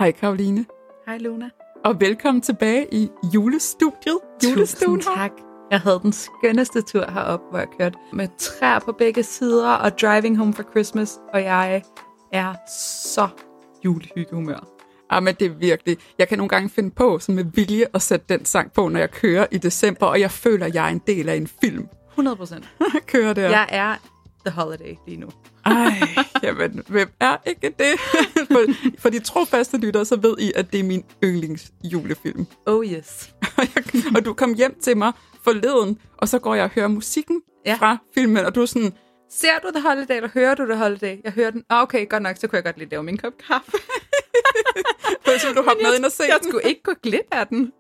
Hej Karoline. Hej Luna. Og velkommen tilbage i julestudiet. Tusind tak. Jeg havde den skønneste tur herop, hvor jeg kørte med træer på begge sider og driving home for Christmas. Og jeg er så julehyggehumør. Men det er virkelig. Jeg kan nogle gange finde på sådan med vilje at sætte den sang på, når jeg kører i december, og jeg føler, at jeg er en del af en film. 100%. Kører der. Jeg er the holiday lige nu. Jamen, hvem er ikke det? for de trofaste lyttere, så ved I, at det er min yndlingsjulefilm. Oh yes. Og du kom hjem til mig forleden, og så går jeg og hører musikken fra filmen, og du er sådan... Ser du The Holiday, eller hører du The Holiday? Jeg hører den. Okay, godt nok, så kunne jeg godt lige lave min kop kaffe. Så du hoppe med ind og se Jeg skulle ikke gå glip af den.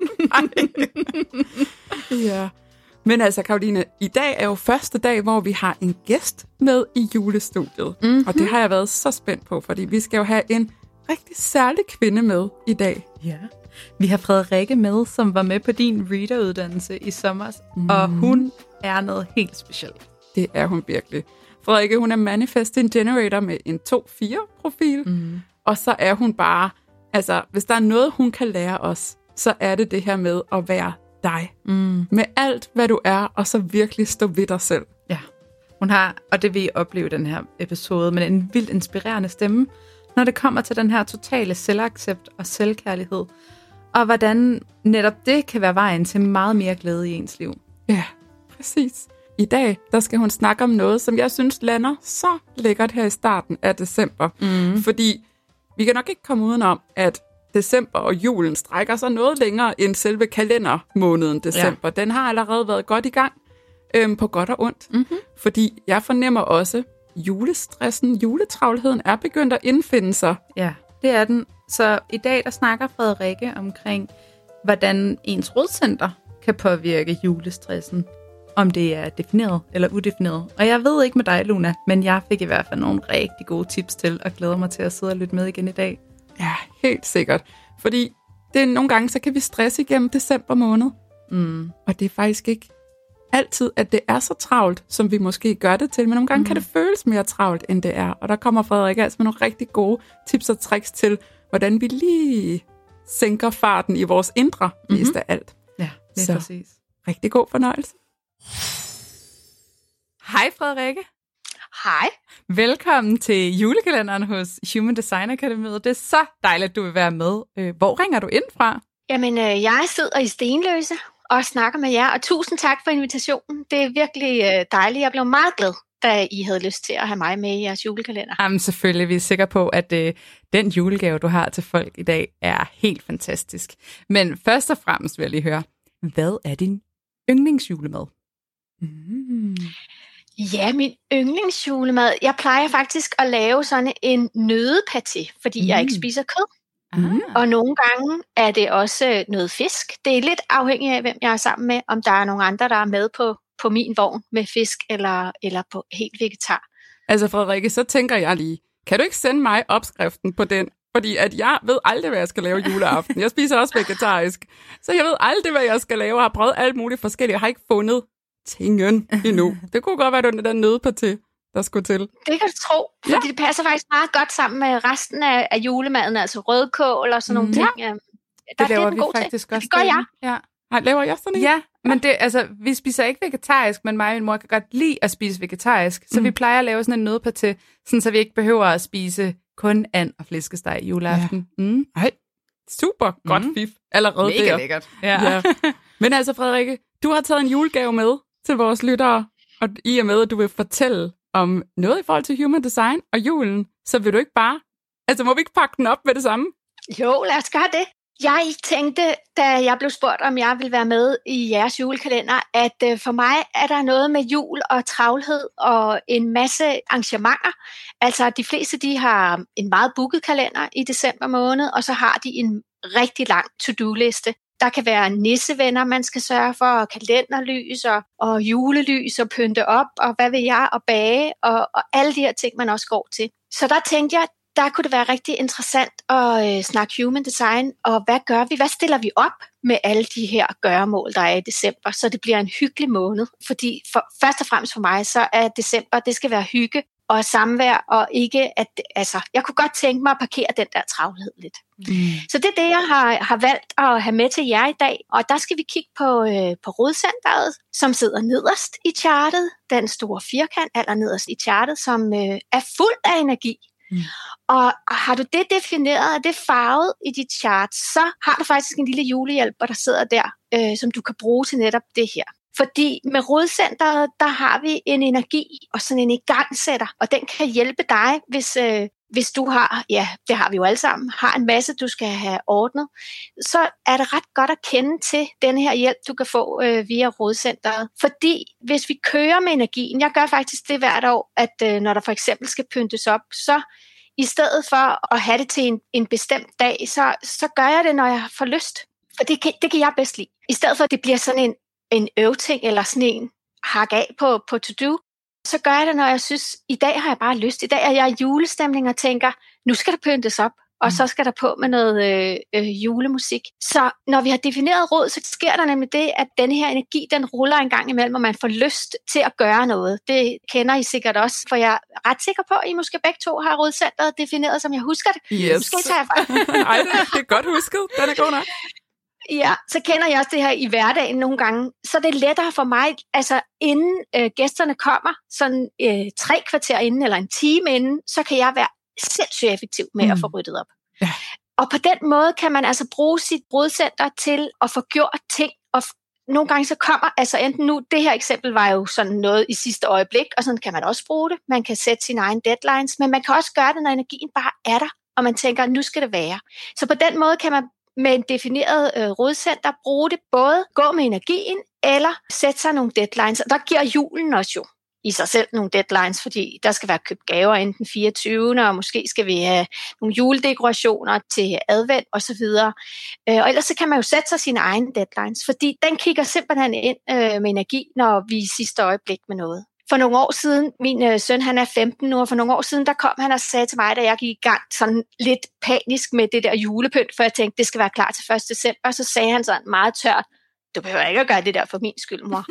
Ja. Men altså, Karoline, i dag er jo første dag, hvor vi har en gæst med i julestudiet. Mm-hmm. Og det har jeg været så spændt på, fordi vi skal jo have en rigtig særlig kvinde med i dag. Ja. Vi har Frederikke med, som var med på din readeruddannelse i sommer, og hun er noget helt specielt. Det er hun virkelig. Frederikke, hun er Manifesting Generator med en 2-4-profil, og så er hun bare, altså, hvis der er noget, hun kan lære os, så er det det her med at være dig. Med alt, hvad du er, og så virkelig stå ved dig selv. Ja, hun har, og det vil I opleve den her episode, men en vildt inspirerende stemme, når det kommer til den her totale selvaccept og selvkærlighed, og hvordan netop det kan være vejen til meget mere glæde i ens liv. Ja, præcis. I dag, der skal hun snakke om noget, som jeg synes lander så lækkert her i starten af december. Fordi vi kan nok ikke komme udenom, at december og julen strækker sig noget længere end selve kalendermåneden december. Ja. Den har allerede været godt i gang, på godt og ondt. Fordi jeg fornemmer også, julestressen, juletravlheden er begyndt at indfinde sig. Ja, det er den. Så i dag, der snakker Frederikke omkring, hvordan ens rodcenter kan påvirke julestressen. Om det er defineret eller udefineret. Og jeg ved ikke med dig, Luna, men jeg fik i hvert fald nogle rigtig gode tips til, og glæder mig til at sidde og lytte med igen i dag. Ja, helt sikkert. Fordi det er nogle gange, så kan vi stresse igennem december måned. Og det er faktisk ikke altid, at det er så travlt, som vi måske gør det til. Men nogle gange kan det føles mere travlt, end det er. Og der kommer Frederik altså med nogle rigtig gode tips og tricks til, hvordan vi lige sænker farten i vores indre, mest af alt. Ja, det er præcis. Rigtig god fornøjelse. Hej Frederikke. Hej. Velkommen til julekalenderen hos Human Design Akademiet. Det er så dejligt, at du vil være med. Hvor ringer du ind fra? Jamen, jeg sidder i Stenløse og snakker med jer, og tusind tak for invitationen. Det er virkelig dejligt. Jeg blev meget glad, da I havde lyst til at have mig med i jeres julekalender. Jamen selvfølgelig, vi er sikre på, at den julegave, du har til folk i dag, er helt fantastisk. Men først og fremmest vil jeg lige høre, hvad er din yndlingsjulemad? Ja, min yndlingsjulemad. Jeg plejer faktisk at lave sådan en nøddepaté, fordi jeg ikke spiser kød. Og nogle gange er det også noget fisk. Det er lidt afhængigt af, hvem jeg er sammen med, om der er nogle andre, der er med på min vogn med fisk eller på helt vegetar. Altså Frederikke, så tænker jeg lige, kan du ikke sende mig opskriften på den? Fordi at jeg ved aldrig, hvad jeg skal lave juleaften. Jeg spiser også vegetarisk. Så jeg ved aldrig, hvad jeg skal lave. Jeg har prøvet alt muligt forskelligt. Jeg har ikke fundet tingen endnu. Det kunne godt være, den der nøddepaté, der skulle til. Det kan du tro, fordi det passer faktisk meget godt sammen med resten af julemaden, altså rødkål og sådan nogle ting. Det laver vi faktisk også. Det gør jeg. Ja. Laver jeg sådan en? Ja, men det, altså, vi spiser ikke vegetarisk, men mig og min mor kan godt lide at spise vegetarisk. Så vi plejer at lave sådan en nøddepaté, sådan så vi ikke behøver at spise kun and og flæskesteg i juleaften. Ej, super godt fif allerede mega der. Lækkert. Ja. Men altså Frederikke, du har taget en julegave med til vores lyttere, og i og med, at du vil fortælle om noget i forhold til human design og julen, så vil du ikke bare, altså må vi ikke pakke den op med det samme? Jo, lad os gøre det. Jeg tænkte, da jeg blev spurgt, om jeg ville være med i jeres julekalender, at for mig er der noget med jul og travlhed og en masse arrangementer. Altså de fleste, de har en meget booket kalender i december måned, og så har de en rigtig lang to-do-liste. Der kan være nissevenner, man skal sørge for, og kalenderlys og julelys og pynte op, og hvad vil jeg, og bage, og alle de her ting, man også går til. Så der tænkte jeg, der kunne det være rigtig interessant at snakke human design, og hvad gør vi? Hvad stiller vi op med alle de her gøremål, der er i december, så det bliver en hyggelig måned? Fordi først og fremmest for mig, så er december, det skal være hygge og samvær, og ikke at, altså, jeg kunne godt tænke mig at parkere den der travlhed lidt. Så det er det, jeg har valgt at have med til jer i dag, og der skal vi kigge på rodcenteret, som sidder nederst i chartet, den store firkant allernederst i chartet, som er fuld af energi. Og har du det defineret, og det farvet i dit chart, så har du faktisk en lille julehjælper, der sidder der, som du kan bruge til netop det her. Fordi med rodcenteret, der har vi en energi og sådan en igangsætter, og den kan hjælpe dig, hvis du har, ja, det har vi jo alle sammen, har en masse, du skal have ordnet, så er det ret godt at kende til den her hjælp, du kan få via rodcenteret. Fordi hvis vi kører med energien, jeg gør faktisk det hvert år, at når der for eksempel skal pyntes op, så i stedet for at have det til en bestemt dag, så gør jeg det, når jeg får lyst. For det kan jeg bedst lide. I stedet for, at det bliver sådan en øvting eller sådan en hak af på to-do, så gør jeg det, når jeg synes, i dag har jeg bare lyst. I dag er jeg i julestemning og tænker, nu skal der pyntes op, og så skal der på med noget julemusik. Så når vi har defineret rod, så sker der nemlig det, at den her energi, den ruller en gang imellem, og man får lyst til at gøre noget. Det kender I sikkert også, for jeg er ret sikker på, at I måske begge to har rodcenteret defineret, som jeg husker det. Yes. Måske tager jeg fejl. Ej, det er godt husket. Den er god nok. Ja, så kender jeg også det her i hverdagen nogle gange. Så det er lettere for mig, altså inden gæsterne kommer, sådan 3 kvarter inden eller en time inden, så kan jeg være sindssygt effektiv med at få ryddet op. Ja. Og på den måde kan man altså bruge sit rodcenter til at få gjort ting, og nogle gange så kommer, altså enten nu, det her eksempel var jo sådan noget i sidste øjeblik, og sådan kan man også bruge det. Man kan sætte sine egne deadlines, men man kan også gøre det, når energien bare er der, og man tænker, nu skal det være. Så på den måde kan man med en defineret rodcenter bruge det både gå med energien, eller sætte sig nogle deadlines. Og der giver julen også jo i sig selv nogle deadlines, fordi der skal være købt gaver inden den 24. og måske skal vi have nogle juledekorationer til advent osv. Og ellers så kan man jo sætte sig sine egne deadlines, fordi den kigger simpelthen ind med energi, når vi er i sidste øjeblik med noget. For nogle år siden, min søn han er 15 nu, og for nogle år siden, der kom han og sagde til mig, da jeg gik i gang sådan lidt panisk med det der julepynt, for jeg tænkte, det skal være klar til 1. december, og så sagde han sådan meget tørt, du behøver ikke at gøre det der for min skyld, mor.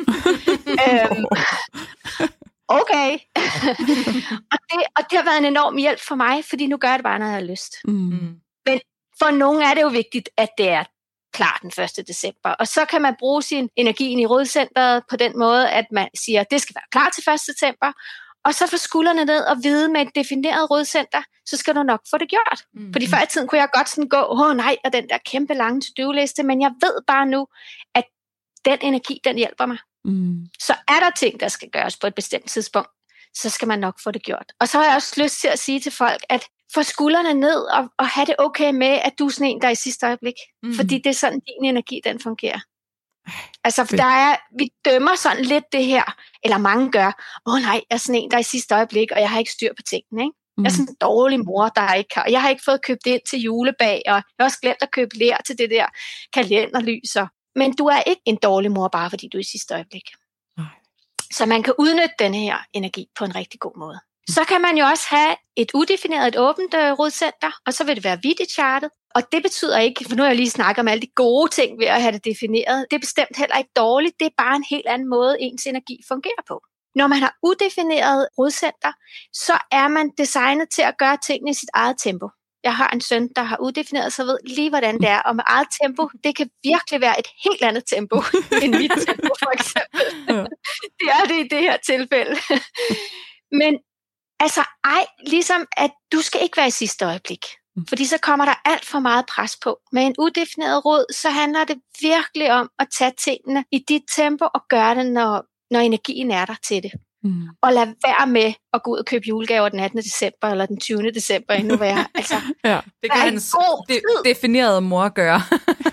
Okay. og det har været en enorm hjælp for mig, fordi nu gør jeg det bare, når jeg har lyst. Men for nogen er det jo vigtigt, at det er klar den 1. december. Og så kan man bruge sin energien i rodcenteret på den måde, at man siger, at det skal være klar til 1. december, og så få skuldrene ned og vide med et defineret rodcenter, så skal du nok få det gjort. Fordi før i tiden kunne jeg godt sådan gå, nej, og den der kæmpe lange to-do-liste, men jeg ved bare nu, at den energi, den hjælper mig. Så er der ting, der skal gøres på et bestemt tidspunkt, så skal man nok få det gjort. Og så har jeg også lyst til at sige til folk, at få skuldrene ned og have det okay med, at du er sådan en, der er i sidste øjeblik. Fordi det er sådan, din energi, den fungerer. Altså, vi dømmer sådan lidt det her, eller mange gør, nej, jeg er sådan en, der er i sidste øjeblik, og jeg har ikke styr på tingene, ikke? Jeg er sådan en dårlig mor, der ikke har, jeg har ikke fået købt ind til julebag, og jeg har også glemt at købe ler til det der kalenderlyser. Men du er ikke en dårlig mor, bare fordi du er i sidste øjeblik. Så man kan udnytte denne her energi på en rigtig god måde. Så kan man jo også have et udefineret, et åbent rodcenter, og så vil det være hvidt i chartet. Og det betyder ikke, for nu har jeg lige snakket om alle de gode ting ved at have det defineret, det er bestemt heller ikke dårligt, det er bare en helt anden måde, ens energi fungerer på. Når man har udefineret rodcenter, så er man designet til at gøre tingene i sit eget tempo. Jeg har en søn, der har uddefineret, så ved lige, hvordan det er. Og med eget tempo, det kan virkelig være et helt andet tempo end mit tempo, for eksempel. Det er det i det her tilfælde. Men altså, ligesom at du skal ikke være i sidste øjeblik. Fordi så kommer der alt for meget pres på. Med en udefineret rod, så handler det virkelig om at tage tingene i dit tempo og gøre det, når energien er der til det. Og lad være med at gå ud og købe julegaver den 18. december eller den 20. december endnu være. Altså, ja, det kan hans definerede mor gøre.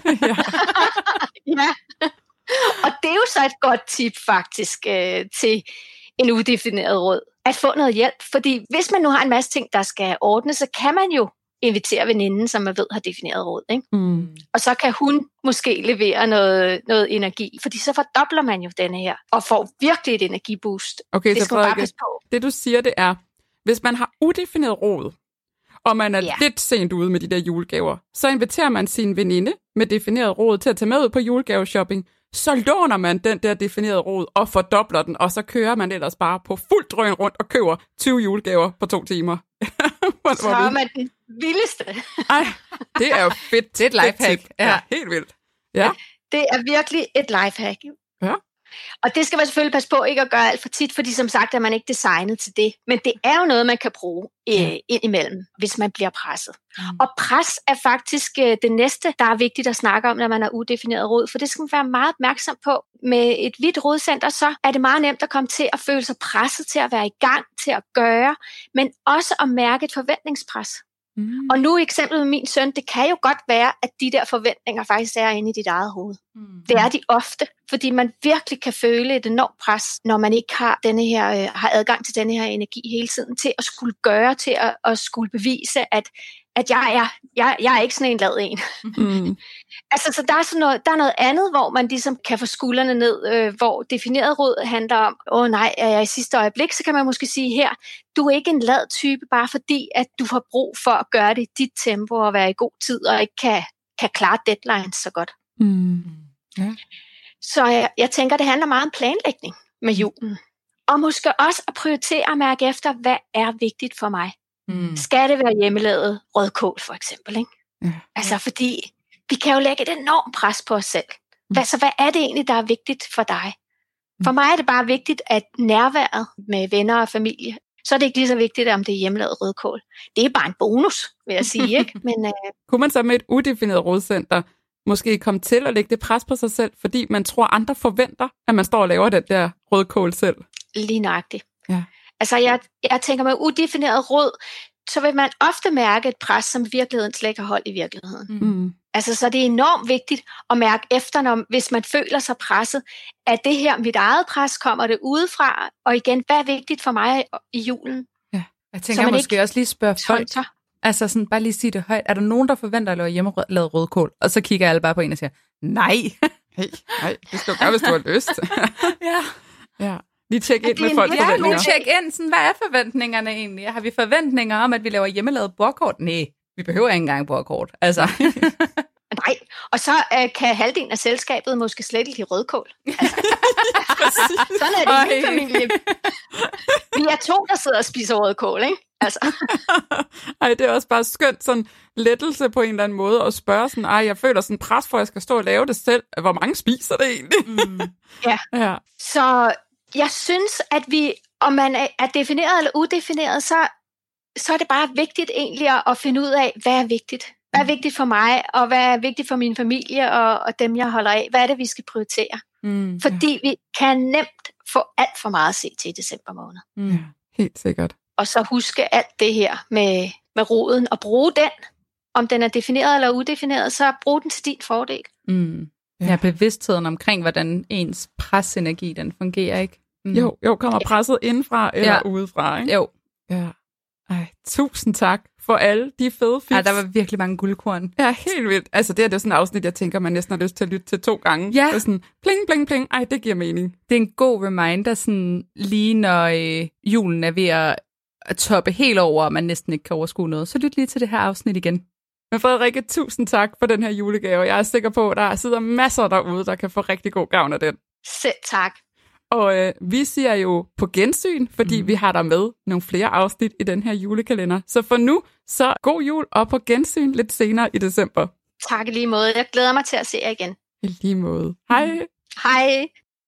Ja. Og det er jo så et godt tip faktisk til en udefineret råd. At få noget hjælp. Fordi hvis man nu har en masse ting, der skal ordnes, så kan man jo invitere veninden, som man ved har defineret råd. Ikke? Og så kan hun måske levere noget energi, fordi så fordobler man jo denne her, og får virkelig et energiboost. Okay, så Frederik, det du siger, det er, hvis man har udefineret råd, og man er lidt sent ude med de der julegaver, så inviterer man sin veninde med defineret råd til at tage med ud på julegaveshopping, så låner man den der definerede rod og fordobler den, og så kører man ellers bare på fuld drøn rundt og køber 20 julegaver på 2 timer. Så er man den vildeste. Ej, det er jo fedt. Det er et lifehack. Ja, helt vildt. Ja. Det er virkelig et lifehack. Ja. Og det skal man selvfølgelig passe på ikke at gøre alt for tit, fordi som sagt er man ikke designet til det. Men det er jo noget, man kan bruge indimellem, hvis man bliver presset. Og pres er faktisk det næste, der er vigtigt at snakke om, når man er udefineret rod. For det skal man være meget opmærksom på. Med et hvidt rodcenter, så er det meget nemt at komme til at føle sig presset til at være i gang, til at gøre, men også at mærke et forventningspres. Og nu eksemplet med min søn, det kan jo godt være, at de der forventninger faktisk er inde i dit eget hoved. Det er de ofte, fordi man virkelig kan føle et enormt pres, når man ikke har har adgang til denne her energi hele tiden, til at skulle gøre, til at skulle bevise, at jeg er ikke sådan en lad en. Altså, så der er noget andet, hvor man ligesom kan få skuldrene ned, hvor defineret rod handler om, nej, er jeg i sidste øjeblik, så kan man måske sige her, du er ikke en lad type, bare fordi, at du har brug for at gøre det i dit tempo og være i god tid, og ikke kan klare deadlines så godt. Ja. Så jeg tænker, det handler meget om planlægning med julen. Og måske også at prioritere og mærke efter, hvad er vigtigt for mig. Skal det være hjemmelavet rødkål for eksempel, ikke? Ja. Altså fordi vi kan jo lægge et enormt pres på os selv. Så hvad er det egentlig, der er vigtigt for dig? For mig er det bare vigtigt, at nærværet med venner og familie, så er det ikke lige så vigtigt, om det er hjemmelavet rødkål. Det er bare en bonus, vil jeg sige, ikke? Men, kunne man så med et udefineret rodcenter måske komme til at lægge det pres på sig selv, fordi man tror, andre forventer, at man står og laver den der rødkål selv? Lige nøjagtigt. Ja. Altså, jeg tænker med udefineret rod, så vil man ofte mærke et pres, som virkeligheden slet ikke har hold i virkeligheden. Altså, så det er enormt vigtigt at mærke efter, hvis man føler sig presset, at det her, mit eget pres, kommer det udefra, og igen, hvad er vigtigt for mig i julen? Ja, jeg tænker jeg måske også lige spørge folk, altså sådan bare lige sige det højt, er der nogen, der forventer at lave hjemmelavet rødkål? Og så kigger alle bare på en og siger, nej. Nej, det skal du gøre, hvis du har lyst. Ja. Lige tjek ind med folks forventninger. Lige tjek ind, sådan, hvad er forventningerne egentlig? Har vi forventninger om, at vi laver hjemmelavet bordkort? Nej, vi behøver ikke engang bordkort. Altså. Nej, og så kan halvdelen af selskabet måske slet ikke lide rødkål. Altså. Sådan er det i min familie. Vi er 2, der sidder og spiser rødkål, ikke? Altså. Ej, det er også bare skønt, sådan lettelse på en eller anden måde, og spørge sådan, jeg føler sådan pres for, at jeg skal stå og lave det selv. Hvor mange spiser det egentlig? Ja. Så jeg synes, at om man er defineret eller udefineret, så er det bare vigtigt egentlig at finde ud af, hvad er vigtigt. Hvad er vigtigt for mig, og hvad er vigtigt for min familie og dem, jeg holder af? Hvad er det, vi skal prioritere? Fordi vi kan nemt få alt for meget at se til i december måned. Ja, helt sikkert. Og så huske alt det her med roden, og bruge den, om den er defineret eller udefineret, så brug den til din fordel. Ja, bevidstheden omkring, hvordan ens presenergi, den fungerer, ikke? Jo, kommer presset indfra eller udefra, ikke? Jo. Ja. Ej, tusind tak for alle de fede fifs. Ja, der var virkelig mange guldkorn. Ja, helt vildt. Altså, det er sådan et afsnit, jeg tænker, man næsten har lyst til at lytte til 2 gange. Ja. Det er sådan, pling, pling, pling. Ej, det giver mening. Det er en god reminder, sådan lige når julen er ved at toppe helt over, og man næsten ikke kan overskue noget. Så lyt lige til det her afsnit igen. Men Frederikke, tusind tak for den her julegave. Jeg er sikker på, at der sidder masser derude, der kan få rigtig god gavn af den. Selv tak. Og vi siger jo på gensyn, fordi vi har der med nogle flere afsnit i den her julekalender. Så for nu, så god jul og på gensyn lidt senere i december. Tak i lige måde. Jeg glæder mig til at se jer igen. I lige måde. Hej. Hej.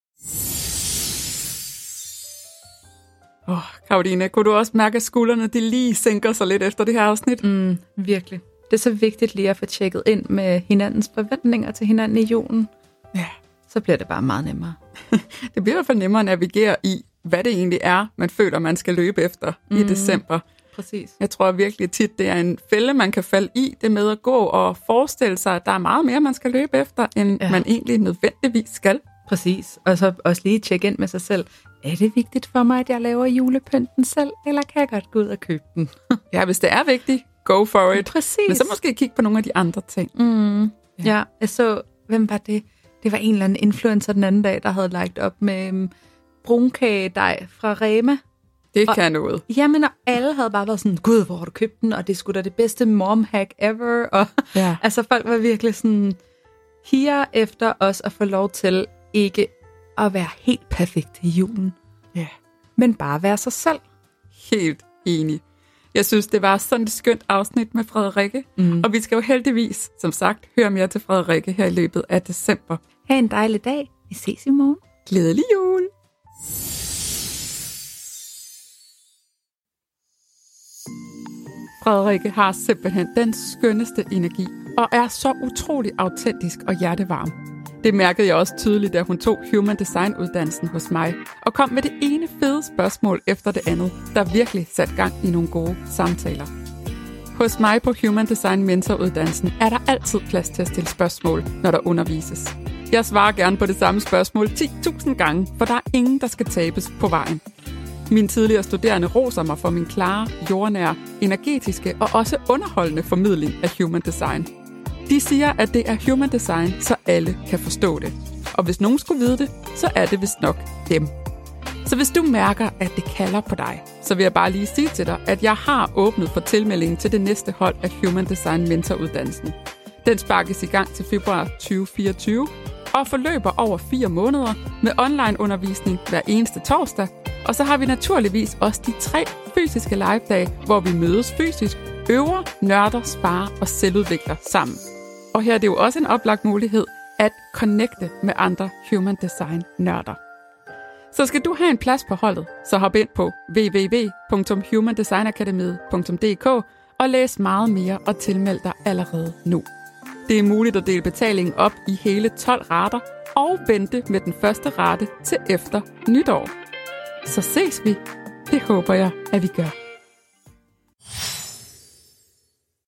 Karoline, kunne du også mærke, at skuldrene de lige sænker sig lidt efter det her afsnit? Virkelig. Det er så vigtigt lige at få tjekket ind med hinandens forventninger til hinanden i julen. Ja. Så bliver det bare meget nemmere. Det bliver i hvert fald nemmere at navigere i, hvad det egentlig er, man føler, man skal løbe efter i december. Præcis. Jeg tror virkelig tit, det er en fælde, man kan falde i, det med at gå og forestille sig, at der er meget mere, man skal løbe efter, end man egentlig nødvendigvis skal. Præcis. Og så også lige tjekke ind med sig selv. Er det vigtigt for mig, at jeg laver julepynten selv, eller kan jeg godt gå ud og købe den? Ja, hvis det er vigtigt, go for it. Præcis. Men så måske kigge på nogle af de andre ting. Ja, jeg så, hvem var det? Det var en eller anden influencer den anden dag, der havde lagt op med brunkagedej fra Rema. Det kan noget. Jamen, og alle havde bare været sådan, gud, hvor har du købt den? Og det skulle da det bedste mom-hack ever. Og altså, folk var virkelig sådan, higer efter os at få lov til ikke at være helt perfekt i julen. Ja. Men bare være sig selv. Helt enig. Jeg synes, det var sådan et skønt afsnit med Frederikke. Og vi skal jo heldigvis, som sagt, høre mere til Frederikke her i løbet af december. Ha' en dejlig dag. Vi ses i morgen. Glædelig jul! Frederikke har simpelthen den skønneste energi og er så utrolig autentisk og hjertevarm. Det mærkede jeg også tydeligt, da hun tog Human Design-uddannelsen hos mig og kom med det ene fede spørgsmål efter det andet, der virkelig satte gang i nogle gode samtaler. Hos mig på Human Design Mentoruddannelsen er der altid plads til at stille spørgsmål, når der undervises. Jeg svarer gerne på det samme spørgsmål 10.000 gange, for der er ingen, der skal tabes på vejen. Mine tidligere studerende roser mig for min klare, jordnære, energetiske og også underholdende formidling af Human Design. De siger, at det er Human Design, så alle kan forstå det. Og hvis nogen skulle vide det, så er det vist nok dem. Så hvis du mærker, at det kalder på dig, så vil jeg bare lige sige til dig, at jeg har åbnet for tilmeldingen til det næste hold af Human Design Mentoruddannelsen. Den sparkes i gang til februar 2024 og forløber over 4 måneder med online-undervisning hver eneste torsdag. Og så har vi naturligvis også de 3 fysiske live-dage, hvor vi mødes fysisk, øver, nørder, sparer og selvudvikler sammen. Og her er det jo også en oplagt mulighed at connecte med andre Human Design-nørder. Så skal du have en plads på holdet, så hop ind på www.humandesignakademiet.dk og læs meget mere og tilmeld dig allerede nu. Det er muligt at dele betalingen op i hele 12 rater og vente med den første rate til efter nytår. Så ses vi. Det håber jeg, at vi gør.